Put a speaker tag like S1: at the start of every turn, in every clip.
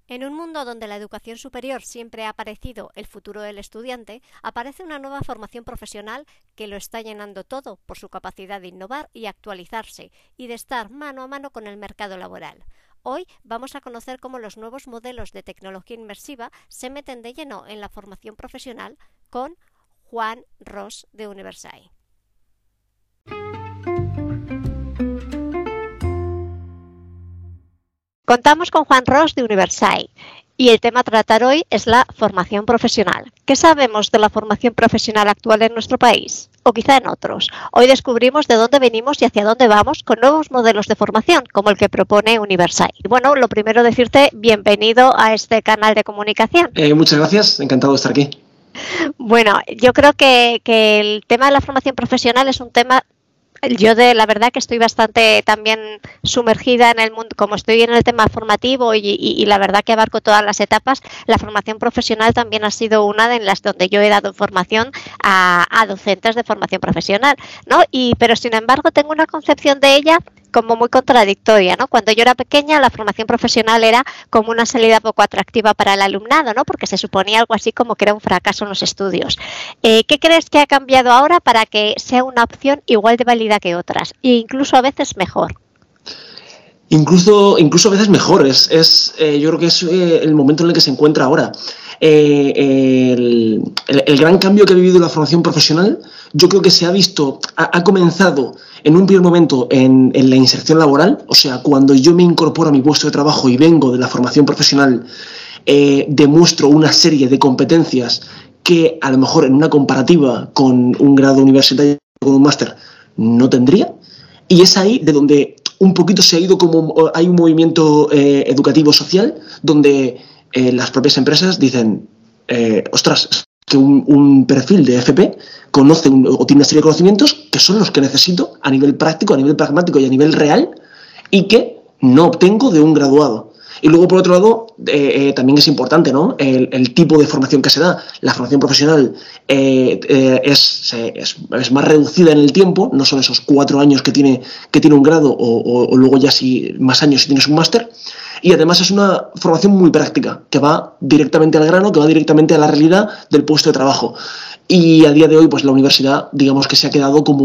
S1: En un mundo donde la educación superior siempre ha parecido el futuro del estudiante, aparece una nueva formación profesional que lo está llenando todo por su capacidad de innovar y actualizarse y de estar mano a mano con el mercado laboral. Hoy vamos a conocer cómo los nuevos modelos de tecnología inmersiva se meten de lleno en la formación profesional con Juan Ros de Universi. Contamos con Juan Ros de Universi y el tema a tratar hoy es la formación profesional. ¿Qué sabemos de la formación profesional actual en nuestro país? O quizá en otros. Hoy descubrimos de dónde venimos y hacia dónde vamos con nuevos modelos de formación, como el que propone Universi. Bueno, lo primero decirte bienvenido a este canal de comunicación.
S2: Muchas gracias, encantado de estar aquí.
S1: Bueno, yo creo que el tema de la formación profesional es un tema... Yo la verdad que estoy bastante también sumergida en el mundo, como estoy en el tema formativo y la verdad que abarco todas las etapas. La formación profesional también ha sido una de las donde yo he dado formación a docentes de formación profesional, ¿no? Pero sin embargo tengo una concepción de ella como muy contradictoria, ¿no? Cuando yo era pequeña, la formación profesional era como una salida poco atractiva para el alumnado, ¿no? Porque se suponía algo así como que era un fracaso en los estudios. ¿Qué crees que ha cambiado ahora para que sea una opción igual de válida que otras? E incluso a veces mejor.
S2: Incluso a veces mejor. Yo creo que es el momento en el que se encuentra ahora. El gran cambio que ha vivido la formación profesional, yo creo que se ha visto, ha comenzado en un primer momento en la inserción laboral. O sea, cuando yo me incorporo a mi puesto de trabajo y vengo de la formación profesional, demuestro una serie de competencias que a lo mejor en una comparativa con un grado universitario, con un máster, no tendría. Y es ahí de donde un poquito se ha ido, como hay un movimiento educativo social donde las propias empresas dicen, ostras, que un perfil de FP conoce o tiene una serie de conocimientos que son los que necesito a nivel práctico, a nivel pragmático y a nivel real, y que no obtengo de un graduado. Y luego, por otro lado, también es importante, ¿no? El tipo de formación que se da. La formación profesional es más reducida en el tiempo, no son esos 4 años que tiene un grado o luego ya más años si tienes un máster. Y además es una formación muy práctica, que va directamente al grano, que va directamente a la realidad del puesto de trabajo. Y a día de hoy, pues la universidad, digamos que se ha quedado como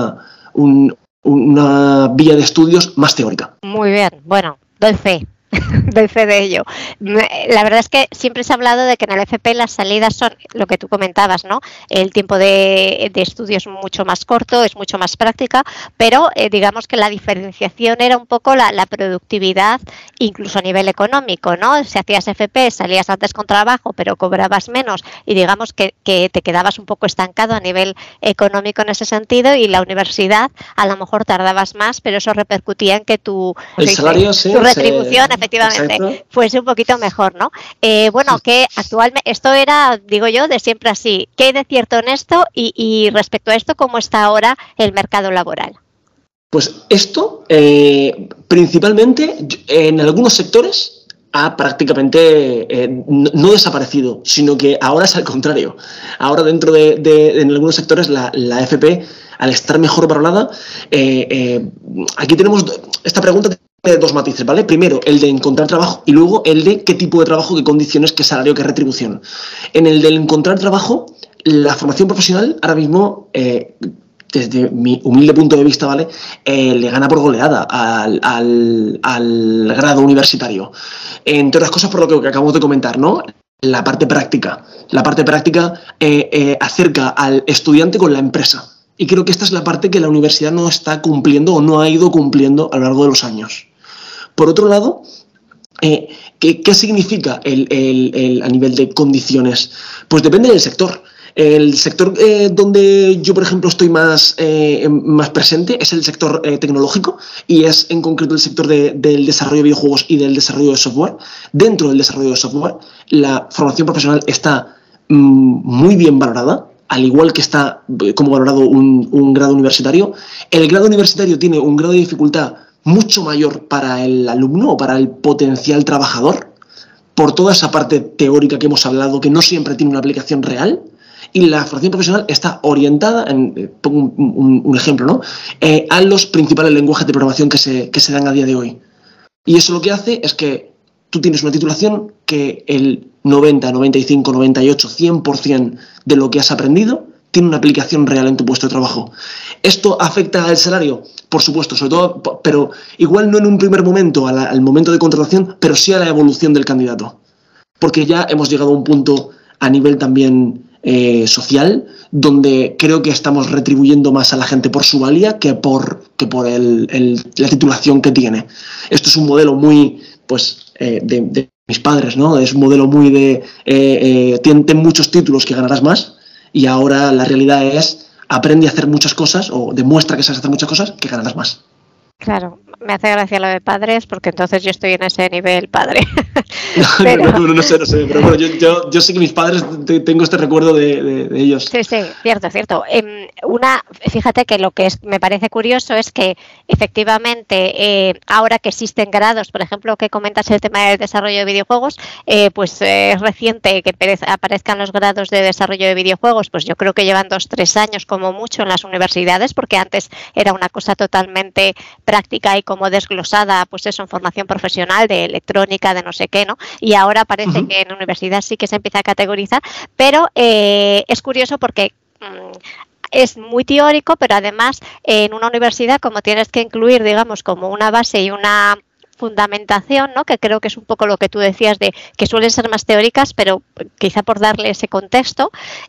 S2: una vía de estudios más teórica.
S1: Muy bien, bueno, doy fe. Doy fe de ello. La verdad es que siempre se ha hablado de que en el FP las salidas son lo que tú comentabas, ¿no? El tiempo de estudio es mucho más corto, es mucho más práctica, pero digamos que la diferenciación era un poco la productividad, incluso a nivel económico, ¿no? Si hacías FP, salías antes con trabajo, pero cobrabas menos y digamos que te quedabas un poco estancado a nivel económico en ese sentido, y la universidad a lo mejor tardabas más, pero eso repercutía en que tu retribución efectivamente, fuese un poquito mejor, ¿no? Bueno, que actualmente, esto era, digo yo, de siempre así. ¿Qué hay de cierto en esto? Y respecto a esto, ¿cómo está ahora el mercado laboral?
S2: Pues esto, principalmente, en algunos sectores ha prácticamente no desaparecido, sino que ahora es al contrario. Ahora dentro en algunos sectores la FP, al estar mejor valorada, aquí tenemos esta pregunta de 2 matices, ¿vale? Primero, el de encontrar trabajo, y luego el de qué tipo de trabajo, qué condiciones, qué salario, qué retribución. En el del encontrar trabajo, la formación profesional ahora mismo, desde mi humilde punto de vista, ¿vale? Le gana por goleada al grado universitario. Entre otras cosas, por lo que acabamos de comentar, ¿no? La parte práctica. La parte práctica acerca al estudiante con la empresa. Y creo que esta es la parte que la universidad no está cumpliendo o no ha ido cumpliendo a lo largo de los años. Por otro lado, ¿qué significa a nivel de condiciones? Pues depende del sector. El sector donde yo, por ejemplo, estoy más presente es el sector tecnológico, y es en concreto el sector del desarrollo de videojuegos y del desarrollo de software. Dentro del desarrollo de software, la formación profesional está muy bien valorada, al igual que está como valorado un grado universitario. El grado universitario tiene un grado de dificultad mucho mayor para el alumno o para el potencial trabajador, por toda esa parte teórica que hemos hablado, que no siempre tiene una aplicación real. Y la formación profesional está orientada, pongo un ejemplo, ¿no? A los principales lenguajes de programación que se dan a día de hoy. Y eso lo que hace es que tú tienes una titulación que el 90, 95, 98, 100% de lo que has aprendido tiene una aplicación real en tu puesto de trabajo. ¿Esto afecta al salario? Por supuesto, sobre todo, pero igual no en un primer momento, al momento de contratación, pero sí a la evolución del candidato. Porque ya hemos llegado a un punto a nivel también social, donde creo que estamos retribuyendo más a la gente por su valía que por la titulación que tiene. Esto es un modelo muy, pues, de mis padres, ¿no? Es un modelo muy de ten muchos títulos que ganarás más, y ahora la realidad es aprende a hacer muchas cosas o demuestra que sabes hacer muchas cosas que ganarás más.
S1: Claro, me hace gracia lo de padres porque entonces yo estoy en ese nivel padre.
S2: No sé, pero bueno, yo sé que mis padres tengo este recuerdo de ellos.
S1: Sí, cierto. Fíjate que lo que me parece curioso es que efectivamente ahora que existen grados, por ejemplo, que comentas el tema del desarrollo de videojuegos, pues es reciente que aparezcan los grados de desarrollo de videojuegos, pues yo creo que llevan 2-3 años como mucho en las universidades, porque antes era una cosa totalmente práctica y como desglosada, pues eso, en formación profesional de electrónica, de no sé qué, ¿no? Y ahora parece que en la universidad sí que se empieza a categorizar, pero es curioso porque es muy teórico, pero además en una universidad, como tienes que incluir, digamos, como una base y una fundamentación, ¿no? Que creo que es un poco lo que tú decías de que suelen ser más teóricas, pero quizá por darle ese contexto,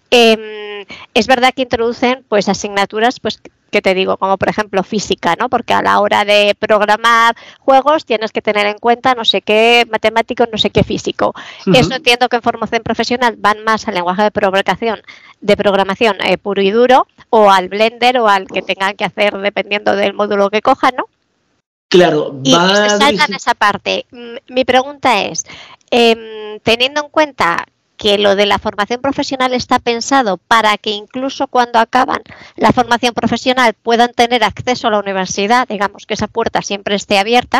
S1: es verdad que introducen pues asignaturas pues que te digo, como por ejemplo física, ¿no? Porque a la hora de programar juegos tienes que tener en cuenta no sé qué matemático, no sé qué físico. Eso entiendo que en formación profesional van más al lenguaje de programación puro y duro, o al Blender o al que tengan que hacer dependiendo del módulo que cojan, ¿no?
S2: Claro,
S1: y se saltan esa parte. Mi pregunta es, teniendo en cuenta que lo de la formación profesional está pensado para que incluso cuando acaban la formación profesional puedan tener acceso a la universidad, digamos que esa puerta siempre esté abierta,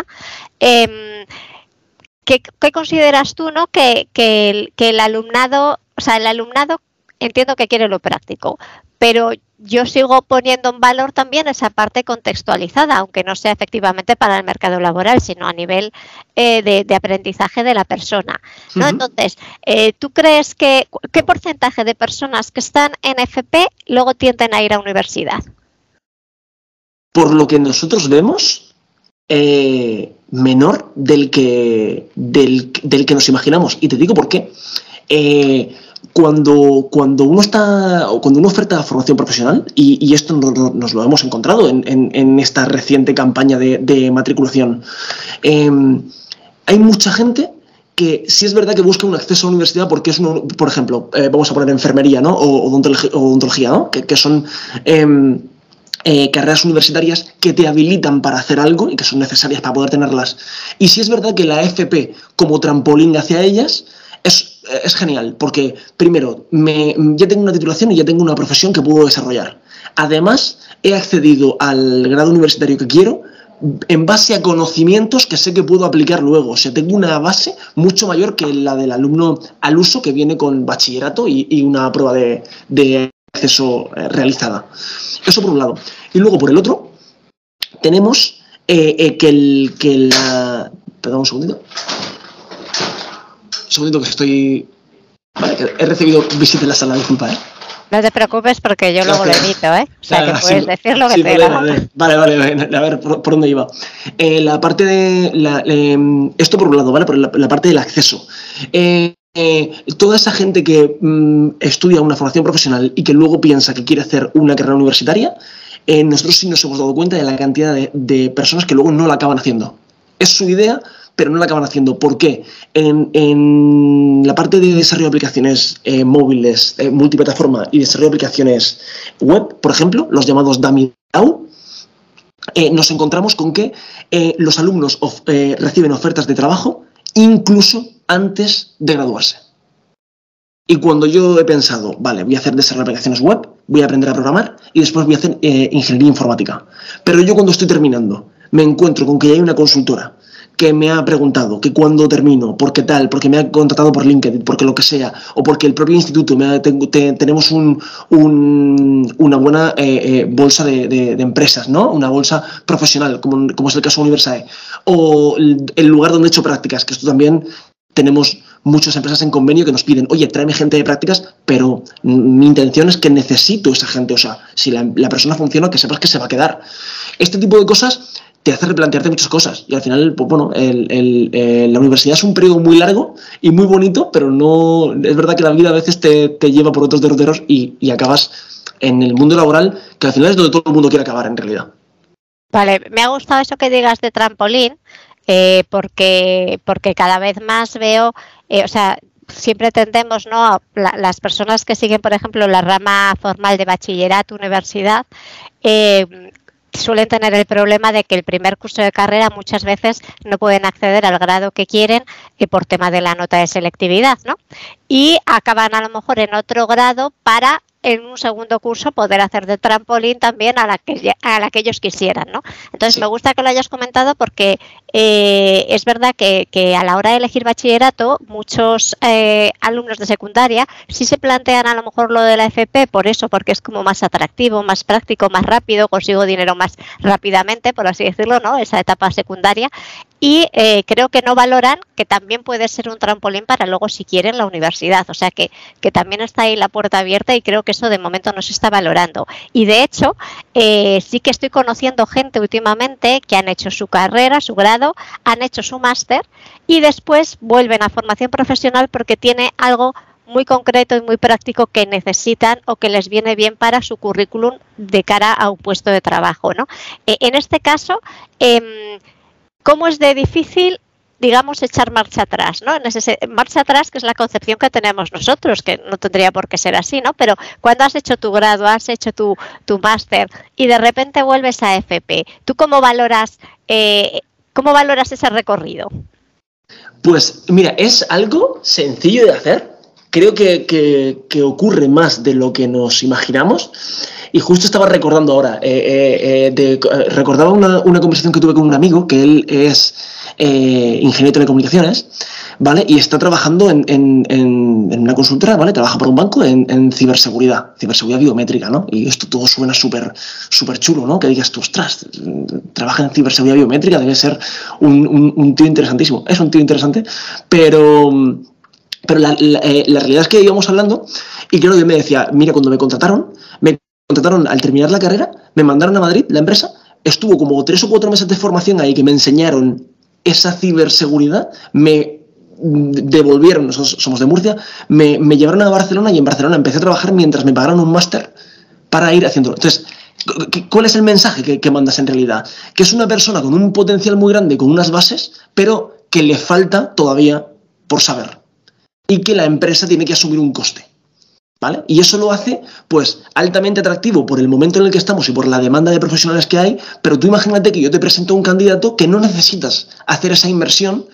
S1: ¿qué consideras tú, ¿no? que el alumnado, o sea, el alumnado entiendo que quiere lo práctico, pero yo sigo poniendo en valor también esa parte contextualizada, aunque no sea efectivamente para el mercado laboral, sino a nivel de aprendizaje de la persona, ¿no? Entonces, ¿tú crees qué porcentaje de personas que están en FP luego tienden a ir a universidad?
S2: Por lo que nosotros vemos, menor del que nos imaginamos. Y te digo por qué. Cuando uno oferta formación profesional, y esto nos lo hemos encontrado en esta reciente campaña de matriculación, hay mucha gente que sí es verdad que busca un acceso a la universidad porque es por ejemplo, vamos a poner enfermería, ¿no? o odontología, ¿no? que son carreras universitarias que te habilitan para hacer algo y que son necesarias para poder tenerlas. Y sí es verdad que la FP como trampolín hacia ellas es genial, porque primero, ya tengo una titulación y ya tengo una profesión que puedo desarrollar. Además, he accedido al grado universitario que quiero en base a conocimientos que sé que puedo aplicar luego. O sea, tengo una base mucho mayor que la del alumno al uso que viene con bachillerato y una prueba de acceso realizada. Eso por un lado. Y luego, por el otro, tenemos Perdón, un segundito. Un segundito que estoy... Vale, que he recibido visita en la sala, disculpa, ¿eh?
S1: No te preocupes porque yo luego lo evito, ¿eh? O sea, que puedes decir lo que te
S2: diga. Vale, a ver por dónde iba. La parte de... esto por un lado, ¿vale? Por la parte del acceso. Toda esa gente que estudia una formación profesional y que luego piensa que quiere hacer una carrera universitaria, nosotros sí nos hemos dado cuenta de la cantidad de personas que luego no la acaban haciendo. Es su idea, pero no la acaban haciendo. ¿Por qué? En la parte de desarrollo de aplicaciones móviles, multiplataforma y desarrollo de aplicaciones web, por ejemplo, los llamados Dummy DAO, nos encontramos con que los alumnos reciben ofertas de trabajo incluso antes de graduarse. Y cuando yo he pensado, vale, voy a hacer desarrollo de aplicaciones web, voy a aprender a programar y después voy a hacer ingeniería informática. Pero yo cuando estoy terminando me encuentro con que hay una consultora que me ha preguntado, que cuando termino, porque tal, porque me ha contratado por LinkedIn, porque lo que sea, o porque el propio instituto tenemos una buena bolsa de empresas, ¿no? Una bolsa profesional, como es el caso de Universae, o el lugar donde he hecho prácticas, que esto también tenemos muchas empresas en convenio que nos piden, oye, tráeme gente de prácticas, pero mi intención es que necesito esa gente, o sea, si la persona funciona, que sepas que se va a quedar. Este tipo de cosas te hace replantearte muchas cosas y al final, pues bueno, la universidad es un periodo muy largo y muy bonito, pero no es verdad que la vida a veces te lleva por otros derroteros y acabas en el mundo laboral, que al final es donde todo el mundo quiere acabar en realidad.
S1: Vale, me ha gustado eso que digas de trampolín, porque cada vez más veo, o sea, siempre tendemos, ¿no? Las personas que siguen, por ejemplo, la rama formal de bachillerato, universidad, suelen tener el problema de que el primer curso de carrera muchas veces no pueden acceder al grado que quieren por tema de la nota de selectividad, ¿no? Y acaban a lo mejor en otro grado para en un segundo curso poder hacer de trampolín también a la que ellos quisieran, ¿no? Entonces sí. Me gusta que lo hayas comentado porque es verdad que a la hora de elegir bachillerato muchos alumnos de secundaria sí se plantean a lo mejor lo de la FP por eso, porque es como más atractivo, más práctico, más rápido, consigo dinero más rápidamente, por así decirlo, ¿no? Esa etapa secundaria. Y creo que no valoran que también puede ser un trampolín para luego si quieren la universidad, o sea que también está ahí la puerta abierta y creo que eso de momento no se está valorando. Y de hecho sí que estoy conociendo gente últimamente que han hecho su carrera, su grado, han hecho su máster y después vuelven a formación profesional porque tiene algo muy concreto y muy práctico que necesitan o que les viene bien para su currículum de cara a un puesto de trabajo, ¿no? En este caso, ¿cómo es de difícil, digamos, echar marcha atrás, ¿no? Marcha atrás, que es la concepción que tenemos nosotros, que no tendría por qué ser así, ¿no? Pero cuando has hecho tu grado, has hecho tu máster y de repente vuelves a FP, ¿tú cómo valoras ese recorrido?
S2: Pues mira, es algo sencillo de hacer. Creo que ocurre más de lo que nos imaginamos. Y justo estaba recordando ahora, recordaba una conversación que tuve con un amigo, que él es ingeniero de telecomunicaciones, ¿vale? Y está trabajando en una consultora, ¿vale? Trabaja por un banco en ciberseguridad biométrica, ¿no? Y esto todo suena súper chulo, ¿no? Que digas tú, ostras, trabaja en ciberseguridad biométrica, debe ser un tío interesantísimo. Es un tío interesante, pero la realidad es que íbamos hablando y claro, yo me decía, mira, cuando me contrataron al terminar la carrera, me mandaron a Madrid, la empresa, estuvo como 3 o 4 meses de formación ahí que me enseñaron esa ciberseguridad, me devolvieron, nosotros somos de Murcia, me llevaron a Barcelona y en Barcelona empecé a trabajar mientras me pagaron un máster para ir haciéndolo. Entonces, ¿cuál es el mensaje que mandas en realidad? Que es una persona con un potencial muy grande, con unas bases, pero que le falta todavía por saber y que la empresa tiene que asumir un coste. ¿Vale? Y eso lo hace, pues, altamente atractivo por el momento en el que estamos y por la demanda de profesionales que hay, pero tú imagínate que yo te presento a un candidato que no necesitas hacer esa inversión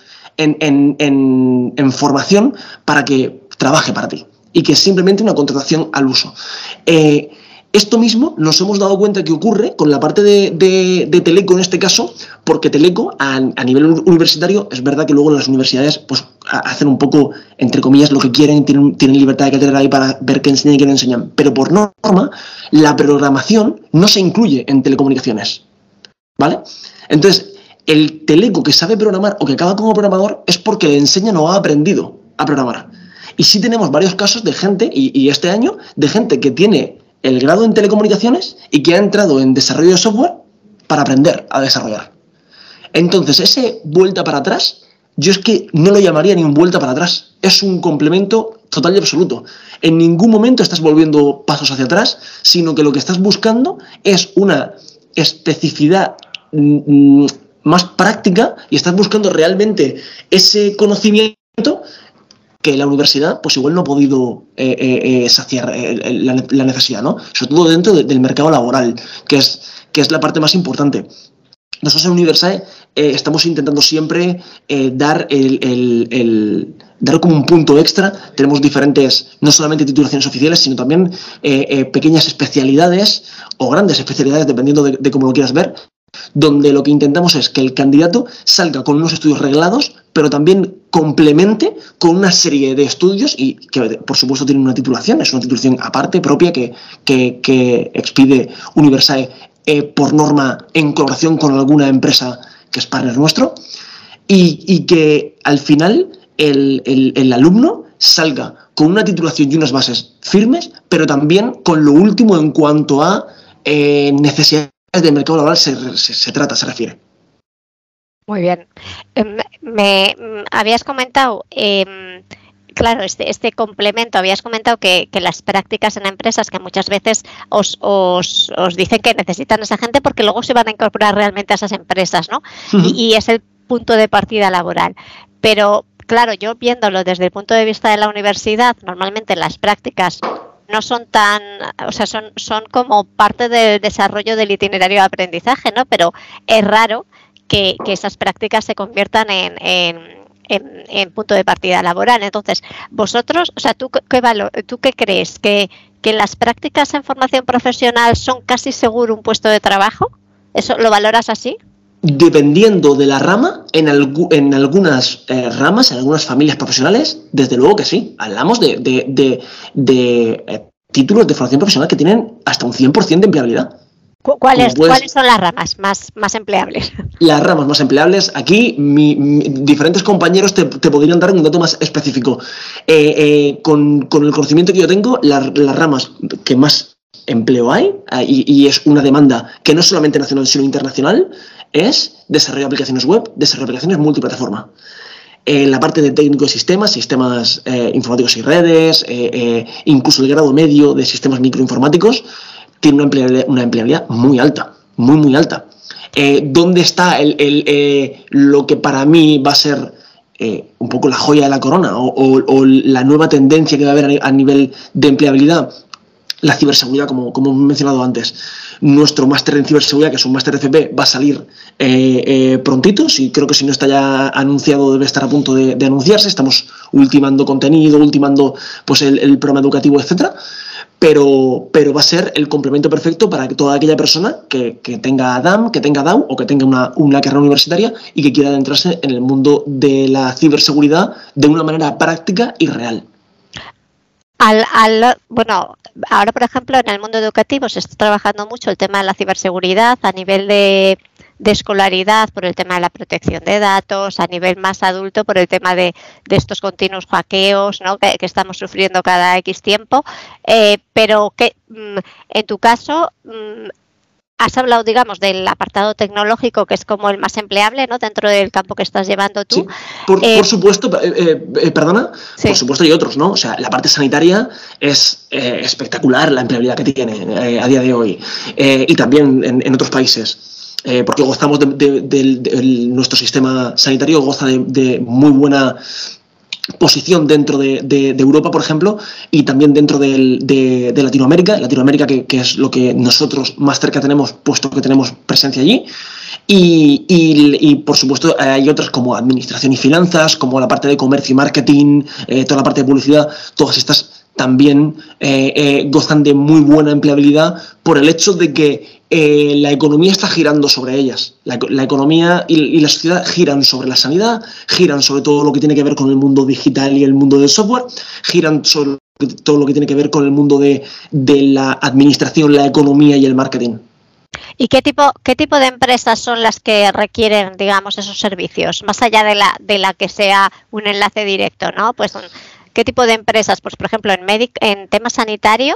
S2: en formación para que trabaje para ti y que es simplemente una contratación al uso. Esto mismo nos hemos dado cuenta que ocurre con la parte de Teleco en este caso, porque Teleco a nivel universitario es verdad que luego las universidades pues hacen un poco, entre comillas, lo que quieren, tienen libertad de cátedra ahí para ver qué enseñan y qué no enseñan, pero por norma la programación no se incluye en telecomunicaciones, ¿vale? Entonces, el Teleco que sabe programar o que acaba como programador es porque le enseñan o ha aprendido a programar. Y sí tenemos varios casos de gente, y este año, de gente que tiene el grado en telecomunicaciones y que ha entrado en desarrollo de software para aprender a desarrollar. Entonces, ese vuelta para atrás, yo es que no lo llamaría ni un vuelta para atrás. Es un complemento total y absoluto. En ningún momento estás volviendo pasos hacia atrás, sino que lo que estás buscando es una especificidad más práctica y estás buscando realmente ese conocimiento que la universidad pues igual no ha podido saciar la necesidad, ¿no? Sobre todo dentro del mercado laboral, que es la parte más importante. Nosotros en Universae estamos intentando siempre dar dar como un punto extra. Tenemos diferentes, no solamente titulaciones oficiales, sino también pequeñas especialidades o grandes especialidades, dependiendo de cómo lo quieras ver, donde lo que intentamos es que el candidato salga con unos estudios reglados, pero también complemente con una serie de estudios y que, por supuesto, tienen una titulación, es una titulación aparte, propia, que expide Universae por norma en colaboración con alguna empresa que es partner nuestro, y que al final el alumno salga con una titulación y unas bases firmes, pero también con lo último en cuanto a necesidades del mercado laboral se refiere.
S1: Muy bien. Me habías comentado, claro, este complemento, habías comentado que las prácticas en empresas que muchas veces os dicen que necesitan a esa gente porque luego se van a incorporar realmente a esas empresas, ¿no? Y es el punto de partida laboral. Pero, claro, yo viéndolo desde el punto de vista de la universidad, normalmente las prácticas no son tan, o sea, son como parte del desarrollo del itinerario de aprendizaje, ¿no? Pero es raro que esas prácticas se conviertan en punto de partida laboral. Entonces, vosotros, o sea, ¿tú qué crees? ¿Que las prácticas en formación profesional son casi seguro un puesto de trabajo? ¿Eso lo valoras así?
S2: Dependiendo de la rama, en algunas ramas, en algunas familias profesionales, desde luego que sí. Hablamos de títulos de formación profesional que tienen hasta un 100% de empleabilidad.
S1: ¿Cuáles son las ramas más empleables?
S2: Las ramas más empleables, aquí diferentes compañeros te podrían dar un dato más específico. Con el conocimiento que yo tengo, las ramas que más empleo hay, y es una demanda que no es solamente nacional sino internacional, es desarrollo de aplicaciones web, desarrollo de aplicaciones multiplataforma. La parte de técnico de sistemas informáticos y redes, incluso el grado medio de sistemas microinformáticos, tiene una empleabilidad muy alta, muy alta. ¿Dónde está lo que para mí va a ser un poco la joya de la corona o la nueva tendencia que va a haber a nivel de empleabilidad? La ciberseguridad, como hemos mencionado antes. Nuestro máster en ciberseguridad, que es un máster FP, va a salir prontito, creo que si no está ya anunciado debe estar a punto de anunciarse. Estamos ultimando contenido, pues el programa educativo, etcétera. Pero va a ser el complemento perfecto para que toda aquella persona que tenga DAM, que tenga DAO o que tenga una carrera universitaria y que quiera adentrarse en el mundo de la ciberseguridad de una manera práctica y real.
S1: Bueno, ahora, por ejemplo, en el mundo educativo se está trabajando mucho el tema de la ciberseguridad a nivel de escolaridad por el tema de la protección de datos, a nivel más adulto por el tema de estos continuos hackeos, ¿no? que estamos sufriendo cada X tiempo, pero que en tu caso has hablado, digamos, del apartado tecnológico, que es como el más empleable, ¿no? Dentro del campo que estás llevando tú.
S2: Sí, por supuesto, perdona, sí. Por supuesto hay otros, ¿no? O sea, la parte sanitaria es espectacular la empleabilidad que tiene a día de hoy, y también en otros países, porque gozamos nuestro sistema sanitario goza de muy buena posición dentro de Europa, por ejemplo, y también dentro de Latinoamérica, que es lo que nosotros más cerca tenemos, puesto que tenemos presencia allí, y por supuesto hay otras como administración y finanzas, como la parte de comercio y marketing, toda la parte de publicidad, todas estas también gozan de muy buena empleabilidad por el hecho de que la economía está girando sobre ellas. La economía y la sociedad giran sobre la sanidad, giran sobre todo lo que tiene que ver con el mundo digital y el mundo del software, giran sobre todo lo que tiene que ver con el mundo de la administración, la economía y el marketing.
S1: ¿Y qué tipo de empresas son las que requieren, digamos, esos servicios? Más allá de la que sea un enlace directo, ¿no? Pues ¿qué tipo de empresas? Pues, por ejemplo, en tema sanitario,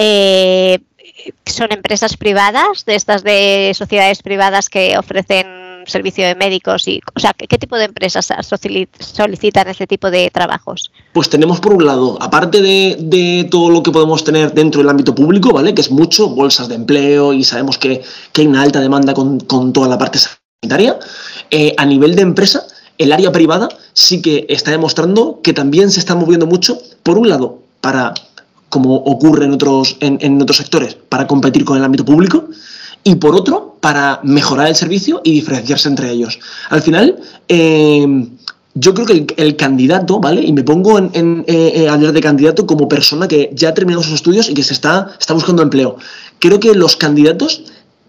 S1: son empresas privadas, de estas de sociedades privadas que ofrecen servicio de médicos, o sea, ¿qué tipo de empresas solicitan ese tipo de trabajos?
S2: Pues tenemos por un lado, aparte de todo lo que podemos tener dentro del ámbito público, ¿vale? Que es mucho, bolsas de empleo, y sabemos que hay una alta demanda con toda la parte sanitaria. A nivel de empresa, el área privada sí que está demostrando que también se está moviendo mucho, por un lado, como ocurre en otros sectores, para competir con el ámbito público, y por otro, para mejorar el servicio y diferenciarse entre ellos. Al final, yo creo que el candidato, ¿vale? Y me pongo a hablar de candidato como persona que ya ha terminado sus estudios y que está buscando empleo. Creo que los candidatos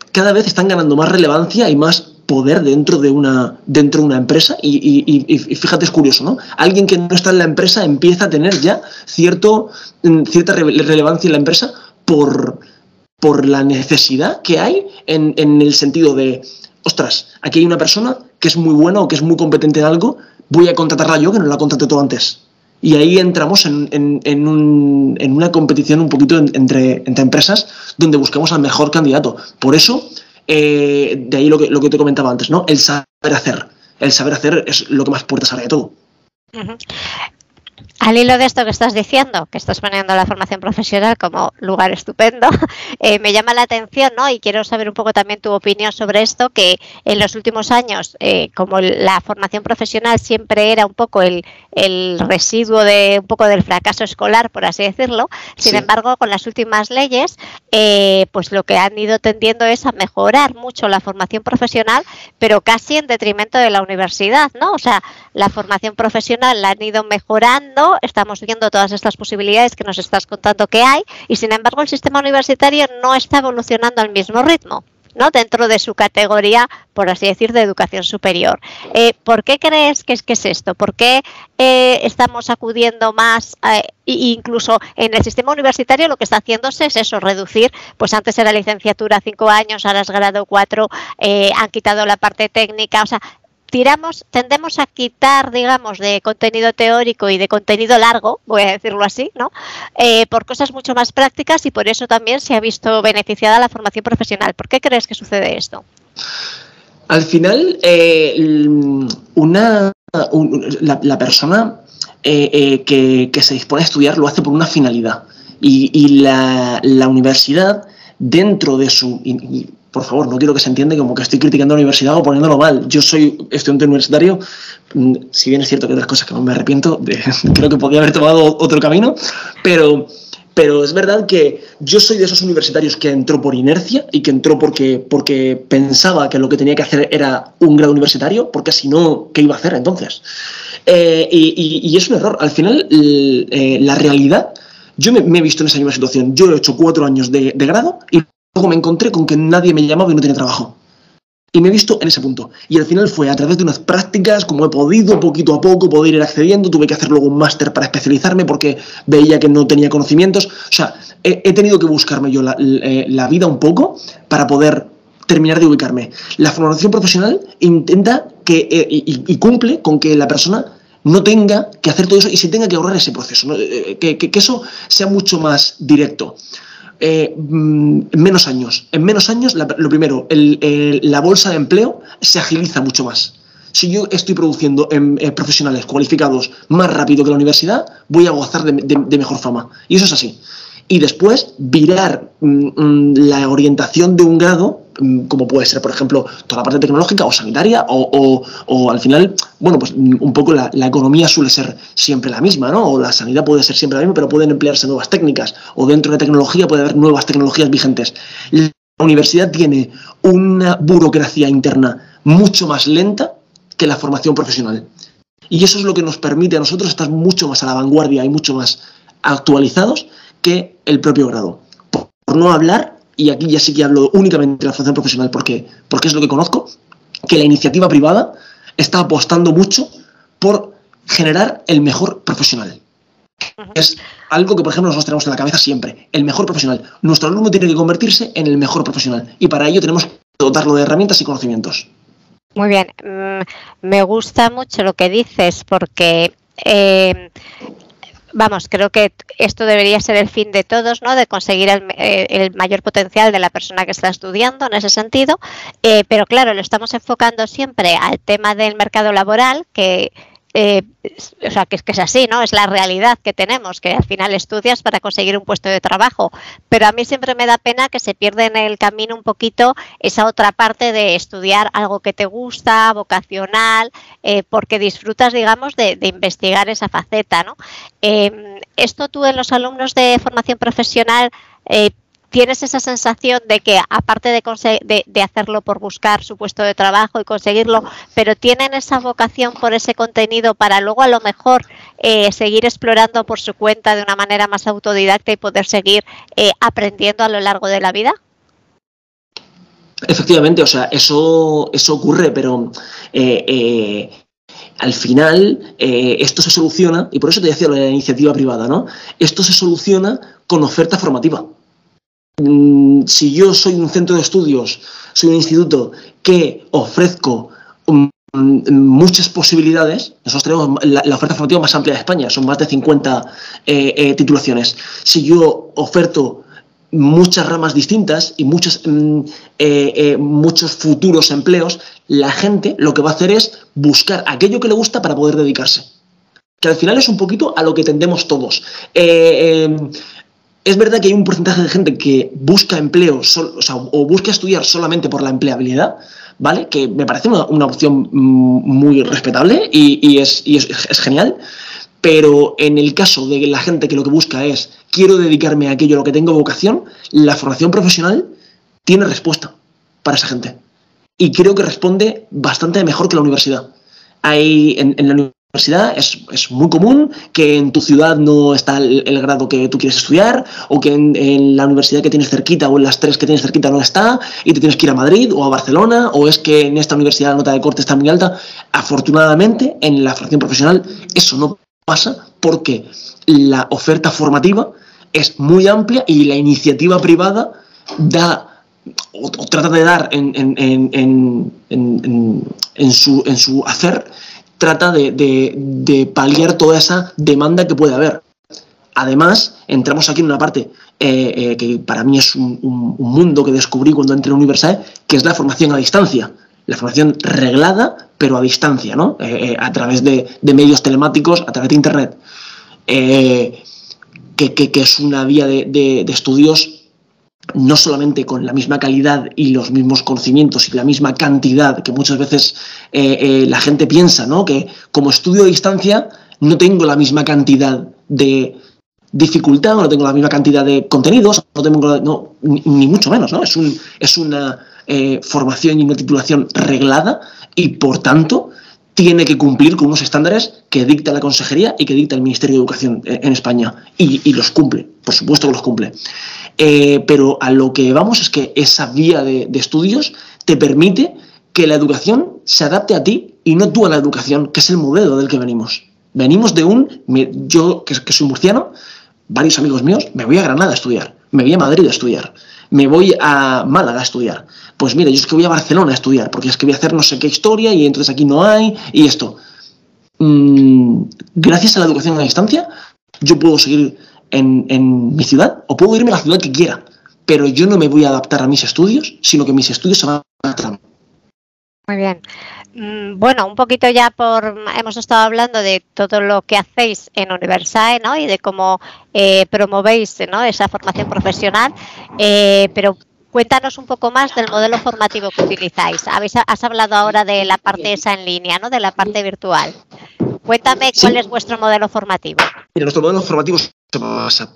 S2: cada vez están ganando más relevancia y más poder dentro de una empresa y fíjate, es curioso, ¿no? Alguien que no está en la empresa empieza a tener ya cierta relevancia en la empresa por la necesidad que hay en el sentido de, ostras, aquí hay una persona que es muy buena o que es muy competente en algo, voy a contratarla yo que no la contraté todo antes. Y ahí entramos en una competición un poquito entre empresas donde buscamos al mejor candidato. Por eso, de ahí lo que te comentaba antes, ¿no? El saber hacer. El saber hacer es lo que más puertas abre de todo.
S1: Uh-huh. Al hilo de esto que estás diciendo, que estás poniendo la formación profesional como lugar estupendo, me llama la atención, ¿no? Y quiero saber un poco también tu opinión sobre esto, que en los últimos años, como la formación profesional siempre era un poco el residuo de un poco del fracaso escolar, por así decirlo, sin embargo, con las últimas leyes, pues lo que han ido tendiendo es a mejorar mucho la formación profesional, pero casi en detrimento de la universidad, ¿no? O sea, la formación profesional la han ido mejorando, estamos viendo todas estas posibilidades que nos estás contando que hay y sin embargo el sistema universitario no está evolucionando al mismo ritmo, ¿no? Dentro de su categoría, por así decir, de educación superior. ¿Por qué crees que es esto? ¿Por qué estamos acudiendo más, incluso en el sistema universitario lo que está haciéndose es eso, reducir, pues antes era licenciatura 5 años, ahora es grado 4, han quitado la parte técnica, o sea, tendemos a quitar, digamos, de contenido teórico y de contenido largo, voy a decirlo así, ¿no? Por cosas mucho más prácticas y por eso también se ha visto beneficiada la formación profesional. ¿Por qué crees que sucede esto?
S2: Al final, la persona que se dispone a estudiar lo hace por una finalidad y la universidad dentro de su... por favor, no quiero que se entienda como que estoy criticando a la universidad o poniéndolo mal. Yo soy estudiante universitario, si bien es cierto que hay otras cosas que no me arrepiento, creo que podría haber tomado otro camino, pero es verdad que yo soy de esos universitarios que entró por inercia y que entró porque pensaba que lo que tenía que hacer era un grado universitario, porque si no, ¿qué iba a hacer entonces? Y es un error. Al final, la realidad, yo me he visto en esa misma situación. Yo he hecho 4 años de grado y luego me encontré con que nadie me llamaba y no tenía trabajo. Y me he visto en ese punto. Y al final fue a través de unas prácticas, como he podido, poquito a poco, poder ir accediendo. Tuve que hacer luego un máster para especializarme porque veía que no tenía conocimientos. O sea, he tenido que buscarme yo la vida un poco para poder terminar de ubicarme. La formación profesional intenta y cumple con que la persona no tenga que hacer todo eso y se tenga que ahorrar ese proceso, ¿no? Que eso sea mucho más directo. En menos años, lo primero, la bolsa de empleo se agiliza mucho más. Si yo estoy produciendo profesionales cualificados más rápido que la universidad, voy a gozar de mejor fama. Y eso es así. Y después virar la orientación de un grado, como puede ser, por ejemplo, toda la parte tecnológica o sanitaria, o al final, bueno, pues un poco la economía suele ser siempre la misma, ¿no? O la sanidad puede ser siempre la misma, pero pueden emplearse nuevas técnicas, o dentro de tecnología puede haber nuevas tecnologías vigentes. La universidad tiene una burocracia interna mucho más lenta que la formación profesional. Y eso es lo que nos permite a nosotros estar mucho más a la vanguardia y mucho más actualizados que el propio grado. Por no hablar, y aquí ya sí que hablo únicamente de la formación profesional porque es lo que conozco, que la iniciativa privada está apostando mucho por generar el mejor profesional. Es algo que, por ejemplo, nosotros tenemos en la cabeza siempre, el mejor profesional. Nuestro alumno tiene que convertirse en el mejor profesional y para ello tenemos que dotarlo de herramientas y conocimientos.
S1: Muy bien, me gusta mucho lo que dices porque... vamos, creo que esto debería ser el fin de todos, ¿no? De conseguir el mayor potencial de la persona que está estudiando en ese sentido, pero claro, lo estamos enfocando siempre al tema del mercado laboral, que o sea, que es así, ¿no? Es la realidad que tenemos, que al final estudias para conseguir un puesto de trabajo, pero a mí siempre me da pena que se pierde en el camino un poquito esa otra parte de estudiar algo que te gusta, vocacional, porque disfrutas, digamos, de investigar esa faceta, ¿no? Esto tú en los alumnos de formación profesional ¿tienes esa sensación de que, aparte de hacerlo por buscar su puesto de trabajo y conseguirlo, pero tienen esa vocación por ese contenido para luego a lo mejor seguir explorando por su cuenta de una manera más autodidacta y poder seguir aprendiendo a lo largo de la vida?
S2: Efectivamente, o sea, eso ocurre, pero al final esto se soluciona, y por eso te decía lo de la iniciativa privada, ¿no? Esto se soluciona con oferta formativa. Si yo soy un centro de estudios, soy un instituto que ofrezco muchas posibilidades, nosotros tenemos la oferta formativa más amplia de España, son más de 50 titulaciones. Si yo oferto muchas ramas distintas y muchos futuros empleos, la gente lo que va a hacer es buscar aquello que le gusta para poder dedicarse. Que al final es un poquito a lo que tendemos todos. Es verdad que hay un porcentaje de gente que busca empleo, o busca estudiar solamente por la empleabilidad, ¿vale? Que me parece una opción muy respetable y es genial. Pero en el caso de la gente que lo que busca es quiero dedicarme a aquello a lo que tengo vocación, la formación profesional tiene respuesta para esa gente. Y creo que responde bastante mejor que la universidad. En la universidad es muy común que en tu ciudad no está el grado que tú quieres estudiar, o que en la universidad que tienes cerquita o en las 3 que tienes cerquita no está y te tienes que ir a Madrid o a Barcelona, o es que en esta universidad la nota de corte está muy alta. Afortunadamente, en la formación profesional eso no pasa, porque la oferta formativa es muy amplia y la iniciativa privada da o trata de dar en su hacer, trata de paliar toda esa demanda que puede haber. Además, entramos aquí en una parte que para mí es un mundo que descubrí cuando entré en la universidad, que es la formación a distancia. La formación reglada, pero a distancia, ¿no? A través de medios telemáticos, a través de Internet. Que es una vía de estudios no solamente con la misma calidad y los mismos conocimientos y la misma cantidad, que muchas veces la gente piensa, ¿no? Que como estudio a distancia no tengo la misma cantidad de dificultad, no tengo la misma cantidad de contenidos, ni mucho menos, ¿no? Es una formación y una titulación reglada y, por tanto, tiene que cumplir con unos estándares que dicta la Consejería y que dicta el Ministerio de Educación en España. Y los cumple, por supuesto que los cumple. Pero a lo que vamos es que esa vía de estudios te permite que la educación se adapte a ti y no tú a la educación, que es el modelo del que venimos. Venimos de yo que soy murciano, varios amigos míos, me voy a Granada a estudiar, me voy a Madrid a estudiar, me voy a Málaga a estudiar. Pues mira, yo es que voy a Barcelona a estudiar, porque es que voy a hacer no sé qué historia y entonces aquí no hay, y esto. Gracias a la educación a distancia, yo puedo seguir en mi ciudad o puedo irme a la ciudad que quiera, pero yo no me voy a adaptar a mis estudios, sino que mis estudios se van a adaptar.
S1: Muy bien. Bueno, un poquito ya hemos estado hablando de todo lo que hacéis en Universae, ¿no? Y de cómo promovéis, ¿no? Esa formación profesional, pero cuéntanos un poco más del modelo formativo que utilizáis. Has hablado ahora de la parte esa en línea, ¿no? De la parte virtual. Cuéntame cuál es vuestro modelo formativo.
S2: Mira, nuestro modelo formativo se basa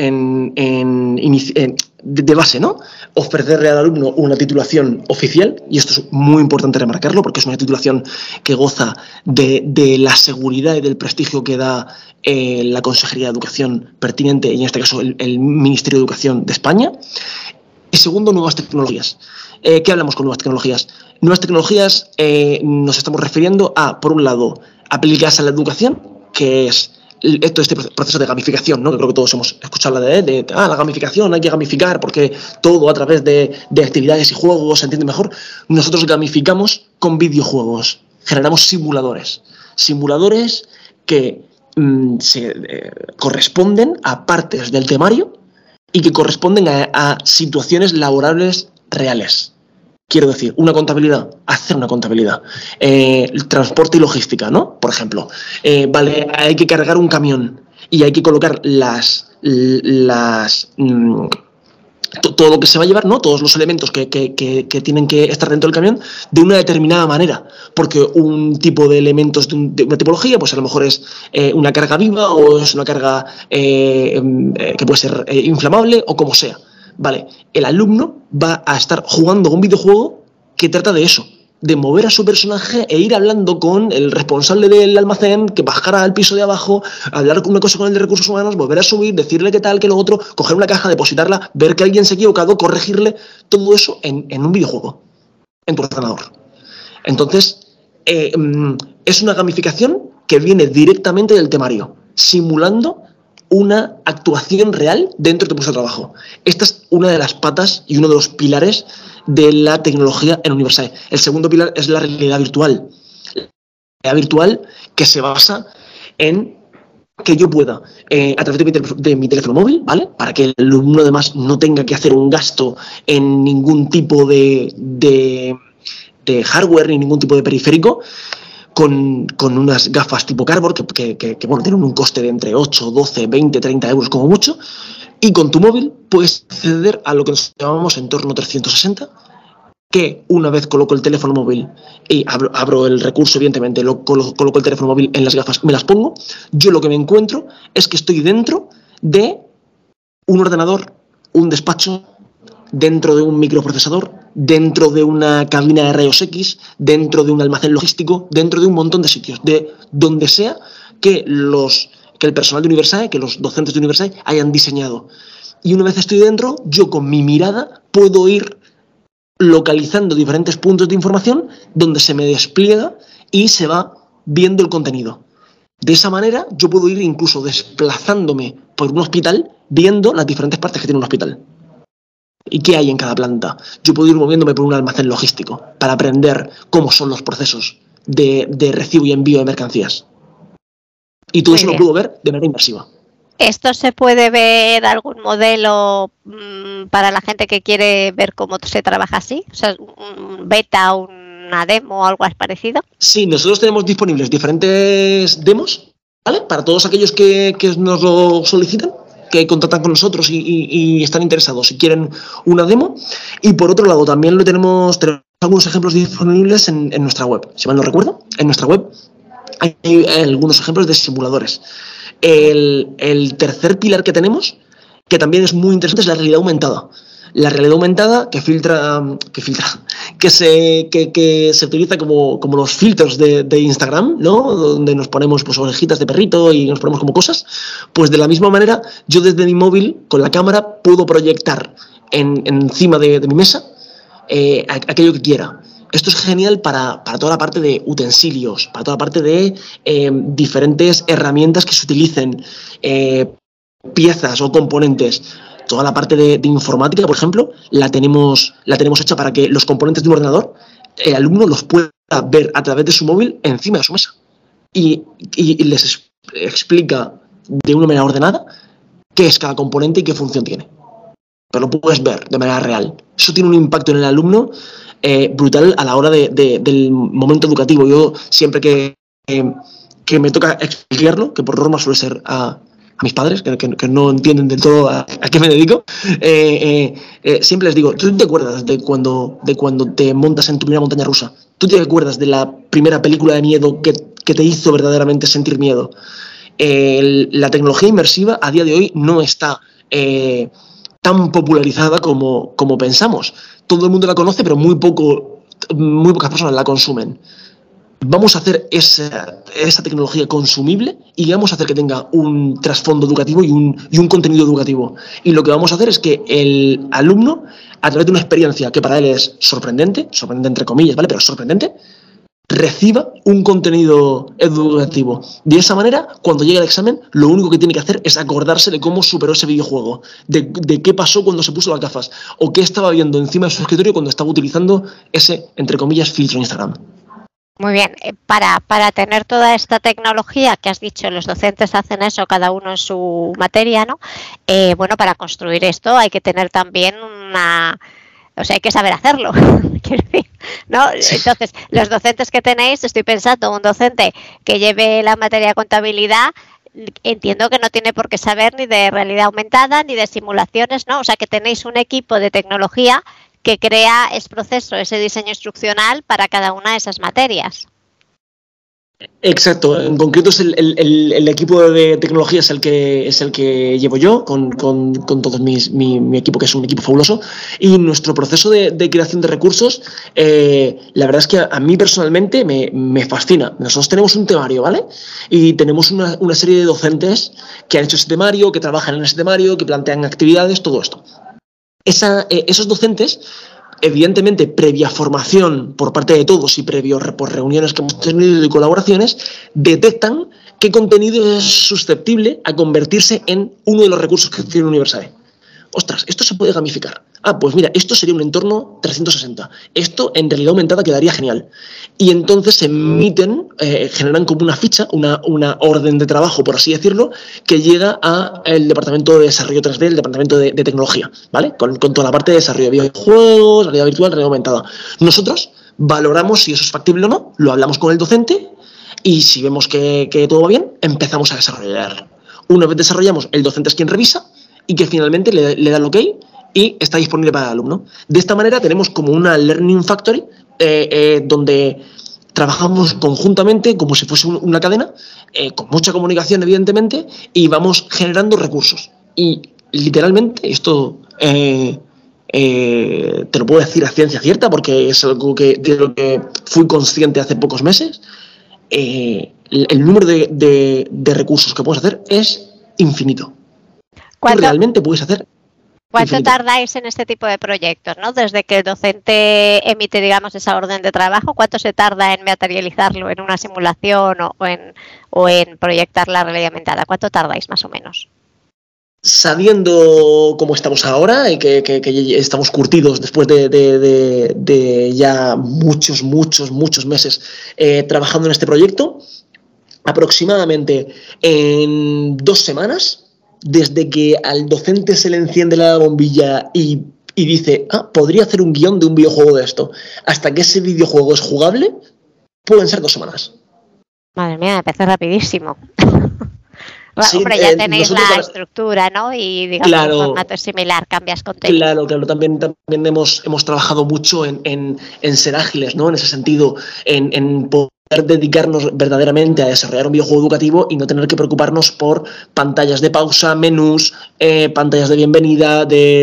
S2: de base, ¿no? Ofrecerle al alumno una titulación oficial, y esto es muy importante remarcarlo porque es una titulación que goza de la seguridad y del prestigio que da la Consejería de Educación pertinente, y en este caso el Ministerio de Educación de España. Y segundo, nuevas tecnologías. ¿Qué hablamos con nuevas tecnologías? Nuevas tecnologías nos estamos refiriendo a, por un lado, aplicarse a la educación, que es este proceso de gamificación, ¿no? Que creo que todos hemos escuchado hablar de la gamificación, hay que gamificar porque todo a través de actividades y juegos se entiende mejor. Nosotros gamificamos con videojuegos, generamos simuladores que corresponden a partes del temario y que corresponden a situaciones laborables reales. Quiero decir, una contabilidad, hacer una contabilidad. El transporte y logística, ¿no? Por ejemplo, vale, hay que cargar un camión y hay que colocar todo lo que se va a llevar, ¿no? Todos los elementos que tienen que estar dentro del camión de una determinada manera, porque un tipo de elementos de una tipología, pues a lo mejor es una carga viva o es una carga que puede ser inflamable o como sea. Vale, el alumno va a estar jugando un videojuego que trata de eso, de mover a su personaje e ir hablando con el responsable del almacén, que bajara al piso de abajo, hablar una cosa con el de recursos humanos, volver a subir, decirle qué tal, qué lo otro, coger una caja, depositarla, ver que alguien se ha equivocado, corregirle, todo eso en un videojuego, en tu ordenador. Entonces, es una gamificación que viene directamente del temario, simulando una actuación real dentro de tu puesto de trabajo. Esta es una de las patas y uno de los pilares de la tecnología en Universae. El segundo pilar es la realidad virtual. La realidad virtual que se basa en que yo pueda, a través de mi teléfono móvil, ¿vale? Para que el alumno además no tenga que hacer un gasto en ningún tipo de hardware ni ningún tipo de periférico, con unas gafas tipo Cardboard que bueno, tienen un coste de entre 8, 12, 20, 30 euros como mucho, y con tu móvil puedes acceder a lo que nos llamamos entorno 360, que una vez coloco el teléfono móvil y abro el recurso, evidentemente, coloco el teléfono móvil en las gafas, me las pongo, yo lo que me encuentro es que estoy dentro de un ordenador, un despacho, dentro de un microprocesador, dentro de una cabina de rayos X, dentro de un almacén logístico, dentro de un montón de sitios, de donde sea que el personal de Universae, que los docentes de Universae hayan diseñado. Y una vez estoy dentro, yo con mi mirada puedo ir localizando diferentes puntos de información donde se me despliega y se va viendo el contenido. De esa manera yo puedo ir incluso desplazándome por un hospital viendo las diferentes partes que tiene un hospital y qué hay en cada planta. Yo puedo ir moviéndome por un almacén logístico para aprender cómo son los procesos de recibo y envío de mercancías. Y todo eso lo puedo ver de manera inmersiva.
S1: ¿Esto se puede ver algún modelo para la gente que quiere ver cómo se trabaja así? O sea, un beta, una demo o algo parecido.
S2: Sí, nosotros tenemos disponibles diferentes demos, ¿vale? Para todos aquellos que nos lo solicitan, que contactan con nosotros y están interesados si quieren una demo. Y por otro lado, también tenemos algunos ejemplos disponibles en nuestra web. Si mal no recuerdo, en nuestra web hay algunos ejemplos de simuladores. El tercer pilar que tenemos, que también es muy interesante, es la realidad aumentada. La realidad aumentada que se utiliza como los filtros de Instagram, ¿no? Donde nos ponemos pues orejitas de perrito y nos ponemos como cosas. Pues de la misma manera, yo desde mi móvil, con la cámara, puedo proyectar encima de mi mesa aquello que quiera. Esto es genial para toda la parte de utensilios, para toda la parte de diferentes herramientas que se utilicen, piezas o componentes. Toda la parte de informática, por ejemplo, la tenemos hecha para que los componentes de un ordenador, el alumno los pueda ver a través de su móvil encima de su mesa. Y les explica de una manera ordenada qué es cada componente y qué función tiene. Pero lo puedes ver de manera real. Eso tiene un impacto en el alumno brutal a la hora del momento educativo. Yo siempre que me toca explicarlo, que por norma suele ser a mis padres, que no entienden del todo a qué me dedico, siempre les digo, ¿tú te acuerdas de cuando te montas en tu primera montaña rusa? ¿Tú te acuerdas de la primera película de miedo que te hizo verdaderamente sentir miedo? La tecnología inmersiva a día de hoy no está tan popularizada como pensamos. Todo el mundo la conoce, pero muy pocas personas la consumen. Vamos a hacer esa tecnología consumible y vamos a hacer que tenga un trasfondo educativo y un contenido educativo. Y lo que vamos a hacer es que el alumno, a través de una experiencia que para él es sorprendente entre comillas, ¿vale? Pero sorprendente, reciba un contenido educativo. De esa manera, cuando llegue al examen, lo único que tiene que hacer es acordarse de cómo superó ese videojuego, de qué pasó cuando se puso las gafas, o qué estaba viendo encima de su escritorio cuando estaba utilizando ese, entre comillas, filtro en Instagram.
S1: Muy bien, para tener toda esta tecnología que has dicho, los docentes hacen eso, cada uno en su materia, ¿no? Bueno, para construir esto hay que tener también hay que saber hacerlo, quiero decir, ¿no? Sí. Entonces, los docentes que tenéis, estoy pensando, un docente que lleve la materia de contabilidad, entiendo que no tiene por qué saber ni de realidad aumentada ni de simulaciones, ¿no? O sea, que tenéis un equipo de tecnología que crea ese proceso, ese diseño instruccional para cada una de esas materias.
S2: Exacto, en concreto es el equipo de tecnología es el que llevo yo con todo mi equipo, que es un equipo fabuloso, y nuestro proceso de creación de recursos, la verdad es que a mí personalmente me fascina. Nosotros tenemos un temario, ¿vale? Y tenemos una serie de docentes que han hecho ese temario, que trabajan en ese temario, que plantean actividades, todo esto. Esos docentes, evidentemente, previa formación por parte de todos y previo por reuniones que hemos tenido y colaboraciones, detectan qué contenido es susceptible a convertirse en uno de los recursos que tiene Universae. Ostras, esto se puede gamificar. Ah, pues mira, esto sería un entorno 360. Esto en realidad aumentada quedaría genial. Y entonces se emiten, generan como una ficha, una orden de trabajo, por así decirlo, que llega al departamento de desarrollo 3D, el departamento de tecnología, ¿vale? Con toda la parte de desarrollo de videojuegos, realidad virtual, realidad aumentada. Nosotros valoramos si eso es factible o no, lo hablamos con el docente y si vemos que todo va bien, empezamos a desarrollar. Una vez desarrollamos, el docente es quien revisa y que finalmente le da el ok y está disponible para el alumno. De esta manera tenemos como una Learning Factory donde trabajamos conjuntamente como si fuese una cadena, con mucha comunicación evidentemente, y vamos generando recursos. Y literalmente esto te lo puedo decir a ciencia cierta porque es algo de lo que fui consciente hace pocos meses. El número de recursos que puedes hacer es infinito. Tú realmente puedes hacer.
S1: ¿Cuánto infinito tardáis en este tipo de proyectos, ¿no? Desde que el docente emite, digamos, esa orden de trabajo, ¿cuánto se tarda en materializarlo en una simulación o en proyectar la realidad aumentada? ¿Cuánto tardáis más o menos?
S2: Sabiendo cómo estamos ahora y que estamos curtidos después de ya muchos meses trabajando en este proyecto, aproximadamente en 2 semanas, desde que al docente se le enciende la bombilla y dice, podría hacer un guión de un videojuego de esto, hasta que ese videojuego es jugable, pueden ser 2 semanas.
S1: Madre mía, me parece rapidísimo. Sí, hombre, ya tenéis la estructura, ¿no? Y digamos claro, el formato es similar, cambias contenido.
S2: Claro, también hemos trabajado mucho en ser ágiles, ¿no? En ese sentido, en poder dedicarnos verdaderamente a desarrollar un videojuego educativo y no tener que preocuparnos por pantallas de pausa, menús, pantallas de bienvenida,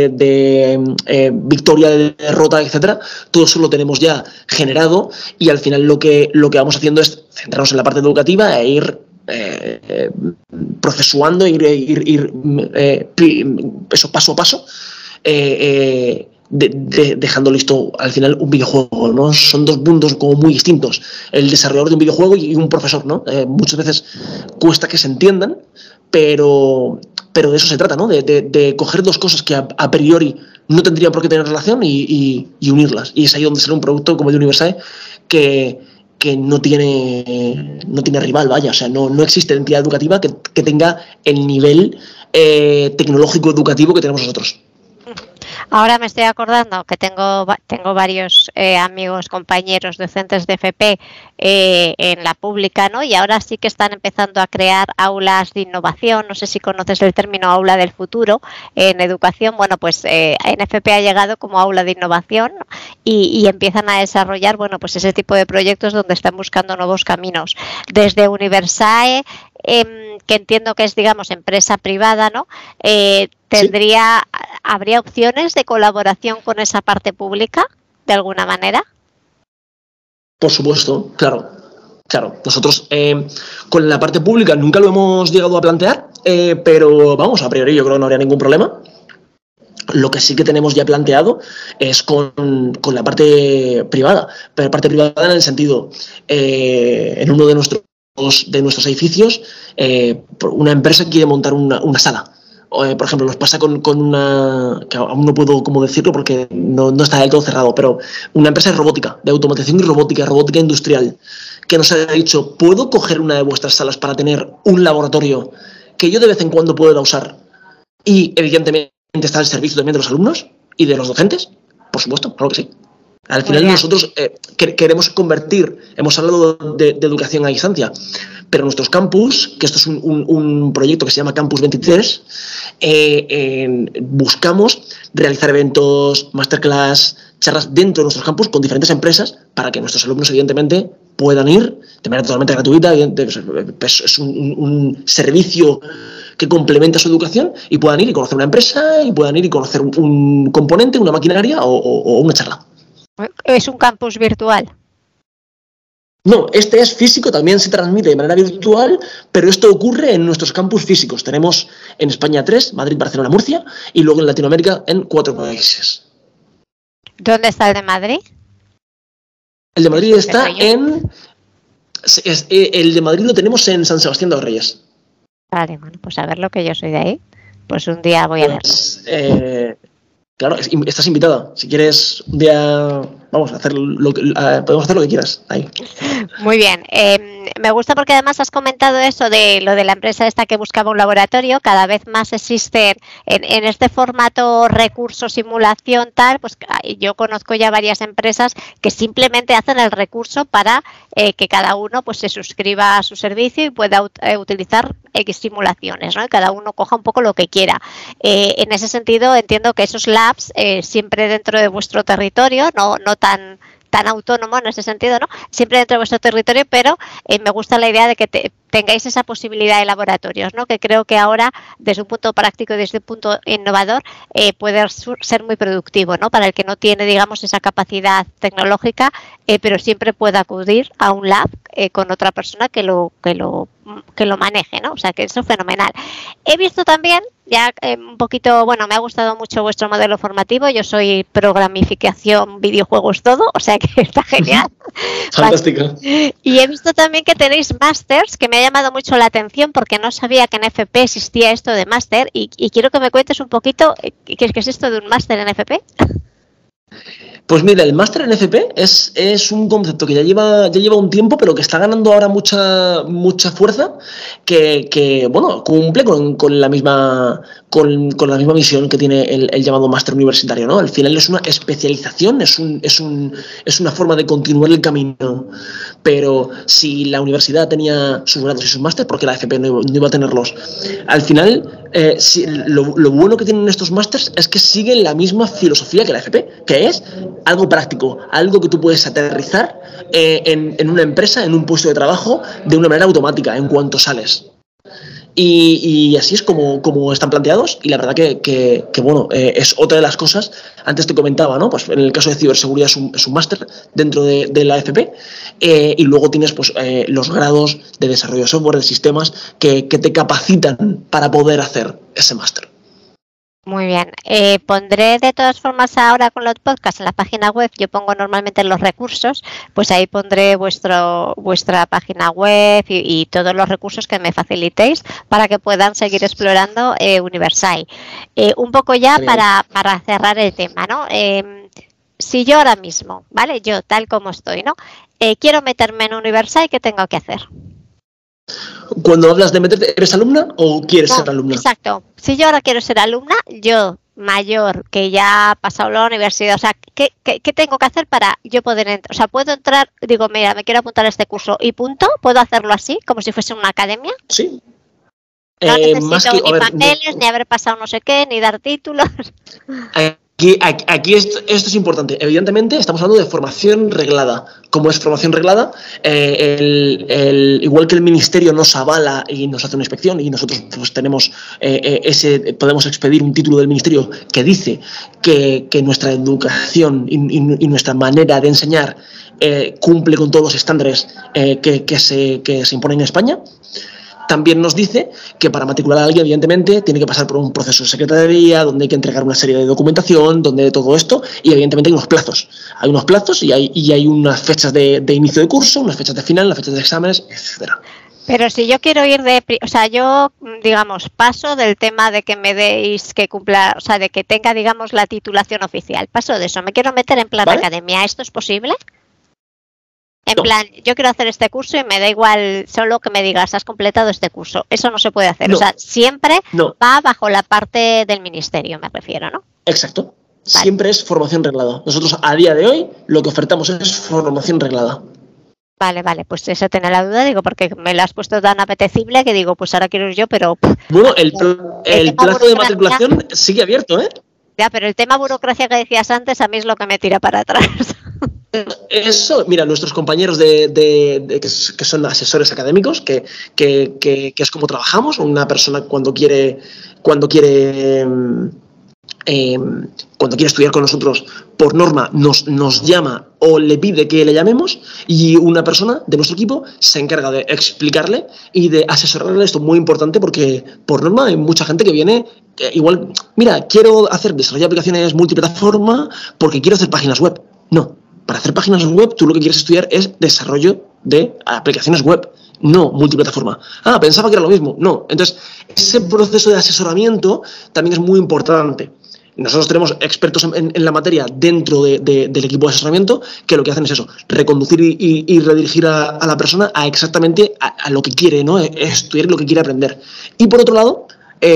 S2: de victoria, de derrota, etcétera. Todo eso lo tenemos ya generado y al final lo que vamos haciendo es centrarnos en la parte educativa e ir procesuando, ir eso paso a paso, dejando listo al final un videojuego, ¿no? Son 2 mundos como muy distintos, el desarrollador de un videojuego y un profesor, ¿no? Muchas veces cuesta que se entiendan, pero de eso se trata, ¿no? De coger 2 cosas que a priori no tendrían por qué tener relación y unirlas, y es ahí donde sale un producto como el de Universae que no tiene rival, vaya, o sea, no existe entidad educativa que tenga el nivel tecnológico educativo que tenemos nosotros.
S1: Ahora me estoy acordando que tengo varios amigos, compañeros, docentes de FP en la pública, ¿no? Y ahora sí que están empezando a crear aulas de innovación. No sé si conoces el término aula del futuro en educación. Bueno, pues en FP ha llegado como aula de innovación y empiezan a desarrollar, bueno, pues ese tipo de proyectos donde están buscando nuevos caminos. Desde Universae, que entiendo que es, digamos, empresa privada, ¿no? ¿Habría opciones de colaboración con esa parte pública, de alguna manera?
S2: Por supuesto, claro. Nosotros con la parte pública nunca lo hemos llegado a plantear, pero vamos, a priori yo creo que no habría ningún problema. Lo que sí que tenemos ya planteado es con la parte privada, pero parte privada en el sentido, en uno de nuestros edificios, una empresa quiere montar una sala. Por ejemplo, nos pasa con una, que aún no puedo cómo decirlo porque no está del todo cerrado, pero una empresa de robótica, de automatización y robótica industrial, que nos ha dicho, ¿puedo coger una de vuestras salas para tener un laboratorio que yo de vez en cuando pueda usar? Y evidentemente está al servicio también de los alumnos y de los docentes. Por supuesto, claro que sí. Al final nosotros queremos convertir, hemos hablado de educación a distancia, pero nuestros campus, que esto es un proyecto que se llama Campus 23, buscamos realizar eventos, masterclass, charlas dentro de nuestros campus con diferentes empresas para que nuestros alumnos evidentemente puedan ir de manera totalmente gratuita, es un servicio que complementa su educación, y puedan ir y conocer una empresa, y puedan ir y conocer un componente, una maquinaria o una charla.
S1: ¿Es un campus virtual?
S2: No, este es físico, también se transmite de manera virtual, pero esto ocurre en nuestros campus físicos. Tenemos en España 3, Madrid, Barcelona, Murcia, y luego en Latinoamérica en 4 países.
S1: ¿Dónde está el de Madrid?
S2: El de Madrid está en... El de Madrid lo tenemos en San Sebastián de los Reyes.
S1: Vale, bueno, pues a ver lo que yo soy de ahí. Pues un día voy a verlo.
S2: Claro, estás invitada. Si quieres un día, vamos a hacer podemos hacer lo que quieras ahí.
S1: Muy bien. Me gusta porque además has comentado eso de lo de la empresa esta que buscaba un laboratorio. Cada vez más existen en este formato recurso, simulación, tal. Pues yo conozco ya varias empresas que simplemente hacen el recurso para que cada uno pues se suscriba a su servicio y pueda utilizar X simulaciones, ¿no? Y cada uno coja un poco lo que quiera. En ese sentido entiendo que esos labs siempre dentro de vuestro territorio, no tan autónomo en ese sentido, ¿no? Siempre dentro de vuestro territorio, pero me gusta la idea de que tengáis esa posibilidad de laboratorios, ¿no? Que creo que ahora, desde un punto práctico y desde un punto innovador, puede ser muy productivo, ¿no? Para el que no tiene, digamos, esa capacidad tecnológica, pero siempre puede acudir a un lab con otra persona que lo maneje, ¿no? O sea, que eso es fenomenal. He visto también, ya un poquito, bueno, me ha gustado mucho vuestro modelo formativo. Yo soy programificación, videojuegos, todo, o sea que está genial.
S2: Fantástico.
S1: Y he visto también que tenéis másters, que me ha llamado mucho la atención porque no sabía que en FP existía esto de máster, y quiero que me cuentes un poquito qué es esto de un máster en FP.
S2: Pues mira, el máster en FP es un concepto que ya lleva un tiempo, pero que está ganando ahora mucha fuerza, que bueno, cumple con la misma misión que tiene el llamado máster universitario, ¿no? Al final es una especialización, es una forma de continuar el camino. Pero si la universidad tenía sus grados y sus másteres, ¿por qué la FP no iba a tenerlos? Al final, lo bueno que tienen estos másters es que siguen la misma filosofía que la FP, que es algo práctico, algo que tú puedes aterrizar en una empresa, en un puesto de trabajo, de una manera automática, en cuanto sales. Y así es como están planteados, y la verdad que bueno, es otra de las cosas. Antes te comentaba, ¿no? Pues en el caso de ciberseguridad es un máster dentro de la FP, y luego tienes pues los grados de desarrollo de software, de sistemas, que te capacitan para poder hacer ese máster.
S1: Muy bien. Pondré de todas formas ahora con los podcasts en la página web. Yo pongo normalmente los recursos, pues ahí pondré vuestra página web y todos los recursos que me facilitéis para que puedan seguir explorando Universai. Un poco ya para cerrar el tema, ¿no? Si yo ahora mismo, ¿vale? Yo tal como estoy, ¿no? Quiero meterme en Universai, ¿qué tengo que hacer?
S2: Cuando hablas de meterte, ¿eres alumna o quieres ser alumna?
S1: Exacto. Si yo ahora quiero ser alumna, yo mayor, que ya ha pasado la universidad, o sea, ¿qué tengo que hacer para yo poder entrar? O sea, ¿puedo entrar, digo, mira, me quiero apuntar a este curso y punto? ¿Puedo hacerlo así, como si fuese una academia?
S2: Sí.
S1: No necesito ni papeles, ni haber pasado no sé qué, ni dar títulos.
S2: Aquí esto es importante. Evidentemente estamos hablando de formación reglada. ¿Cómo es formación reglada? Igual que el ministerio nos avala y nos hace una inspección, y nosotros pues tenemos podemos expedir un título del ministerio que dice que nuestra educación y nuestra manera de enseñar cumple con todos los estándares que se imponen en España. También nos dice que para matricular a alguien, evidentemente, tiene que pasar por un proceso de secretaría, donde hay que entregar una serie de documentación, donde todo esto, y evidentemente hay unos plazos. Hay unos plazos y hay unas fechas de inicio de curso, unas fechas de final, unas fechas de exámenes, etcétera.
S1: Pero si yo quiero ir o sea, yo, digamos, paso del tema de que me deis que cumpla, o sea, de que tenga, digamos, la titulación oficial. Paso de eso, me quiero meter en plan academia. ¿Esto es posible? En plan, yo quiero hacer este curso y me da igual solo que me digas, has completado este curso. Eso no se puede hacer. O sea, siempre va bajo la parte del ministerio, me refiero, ¿no?
S2: Exacto. Vale. Siempre es formación reglada. Nosotros, a día de hoy, lo que ofertamos es formación reglada.
S1: Vale, pues eso tenía la duda, digo, porque me lo has puesto tan apetecible que digo, pues ahora quiero ir yo, pero...
S2: Bueno, el plazo de matriculación sigue abierto, ¿eh?
S1: Ya, pero el tema burocracia que decías antes a mí es lo que me tira para atrás.
S2: Eso, mira, nuestros compañeros que son asesores académicos, que es como trabajamos. Una persona cuando quiere estudiar con nosotros, por norma nos llama o le pide que le llamemos, y una persona de nuestro equipo se encarga de explicarle y de asesorarle. Esto es muy importante porque por norma hay mucha gente que viene igual, mira, quiero desarrollar aplicaciones multiplataforma porque quiero hacer páginas web. No, para hacer páginas web tú lo que quieres estudiar es desarrollo de aplicaciones web, no multiplataforma. Pensaba que era lo mismo. No, entonces ese proceso de asesoramiento también es muy importante. Nosotros tenemos expertos en la materia dentro del equipo de asesoramiento, que lo que hacen es eso, reconducir y redirigir a la persona a exactamente a lo que quiere, ¿no? Estudiar lo que quiere aprender. Y por otro lado,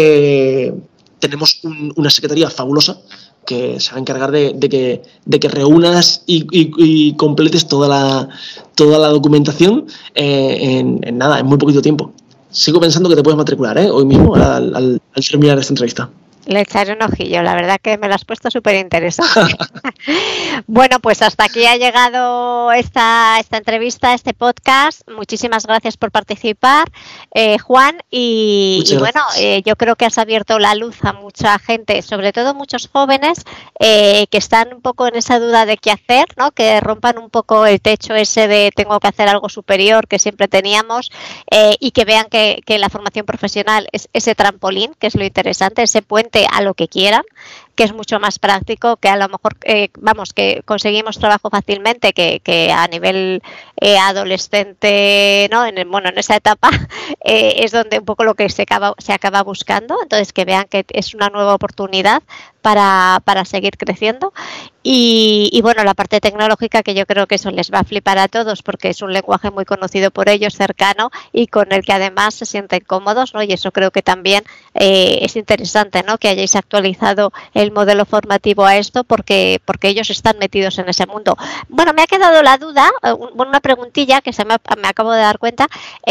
S2: tenemos una secretaría fabulosa que se va a encargar de que reúnas y completes toda la documentación en muy poquito tiempo. Sigo pensando que te puedes matricular, hoy mismo al terminar esta entrevista.
S1: Le echaré un ojillo, la verdad que me lo has puesto súper interesante. Bueno, pues hasta aquí ha llegado esta entrevista, este podcast. Muchísimas gracias por participar, Juan. Y bueno, yo creo que has abierto la luz a mucha gente, sobre todo muchos jóvenes que están un poco en esa duda de qué hacer, ¿no? Que rompan un poco el techo ese de tengo que hacer algo superior que siempre teníamos, y que vean que la formación profesional es ese trampolín, que es lo interesante, ese puente a lo que quieran, que es mucho más práctico, que a lo mejor que conseguimos trabajo fácilmente, que a nivel adolescente, ¿no? En esa etapa es donde un poco lo que se acaba buscando. Entonces, que vean que es una nueva oportunidad para seguir creciendo. Y bueno, la parte tecnológica, que yo creo que eso les va a flipar a todos, porque es un lenguaje muy conocido por ellos, cercano, y con el que además se sienten cómodos, ¿no? Y eso creo que también es interesante, ¿no? Que hayáis actualizado el modelo formativo a esto, porque ellos están metidos en ese mundo. Bueno, me ha quedado la duda, una preguntilla que me acabo de dar cuenta,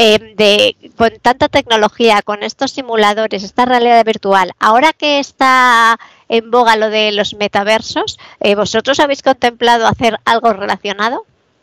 S1: con tanta tecnología, con estos simuladores, esta realidad virtual, ahora que está en boga lo de los metaversos, ¿vosotros habéis contemplado hacer algo relacionado?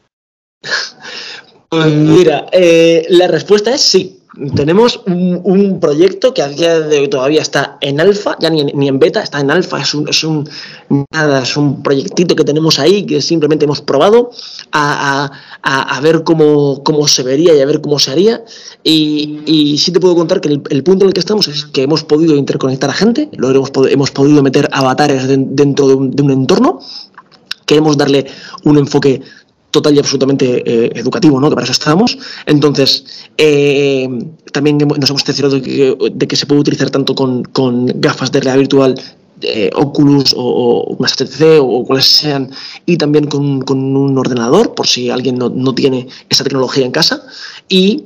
S2: Pues mira, la respuesta es sí. Tenemos un proyecto que a día de hoy todavía está en alfa, ya ni en beta, está en alfa. Es un proyectito que tenemos ahí, que simplemente hemos probado a ver cómo se vería y a ver cómo se haría. Y sí te puedo contar que el punto en el que estamos es que hemos podido interconectar a gente, hemos podido meter avatares dentro de un entorno. Queremos darle un enfoque total y absolutamente educativo, ¿no? Que para eso estábamos. Entonces, también nos hemos cerciorado de que se puede utilizar tanto con gafas de realidad virtual, Oculus o unas HTC o cuales sean, y también con un ordenador, por si alguien no tiene esa tecnología en casa. Y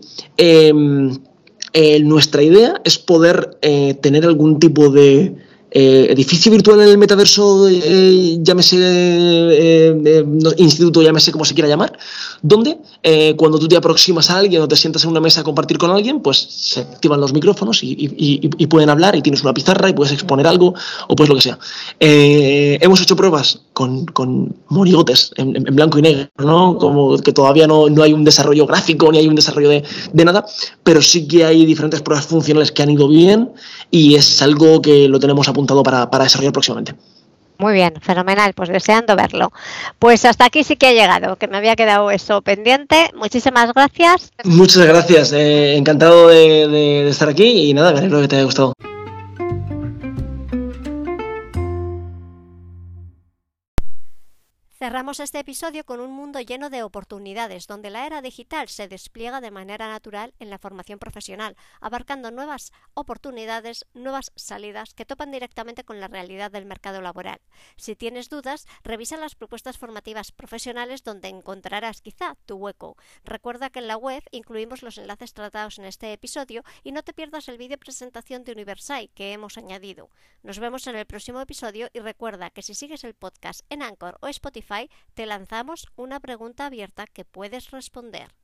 S2: nuestra idea es poder tener algún tipo de edificio virtual en el metaverso, llámese instituto, llámese como se quiera llamar, donde cuando tú te aproximas a alguien o te sientas en una mesa a compartir con alguien, pues se activan los micrófonos y pueden hablar, y tienes una pizarra y puedes exponer algo o pues lo que sea. Hemos hecho pruebas con monigotes en blanco y negro, ¿no? Como que todavía no hay un desarrollo gráfico ni hay un desarrollo de nada, pero sí que hay diferentes pruebas funcionales que han ido bien, y es algo que lo tenemos apuntado para desarrollar próximamente.
S1: Muy bien, fenomenal, pues deseando verlo. Pues hasta aquí sí que ha llegado, que me había quedado eso pendiente. Muchísimas gracias.
S2: Muchas gracias, encantado de estar aquí, y nada, me alegro que te haya gustado.
S1: Cerramos este episodio con un mundo lleno de oportunidades, donde la era digital se despliega de manera natural en la formación profesional, abarcando nuevas oportunidades, nuevas salidas que topan directamente con la realidad del mercado laboral. Si tienes dudas, revisa las propuestas formativas profesionales, donde encontrarás quizá tu hueco. Recuerda que en la web incluimos los enlaces tratados en este episodio, y no te pierdas el vídeo presentación de Universi que hemos añadido. Nos vemos en el próximo episodio, y recuerda que si sigues el podcast en Anchor o Spotify, te lanzamos una pregunta abierta que puedes responder.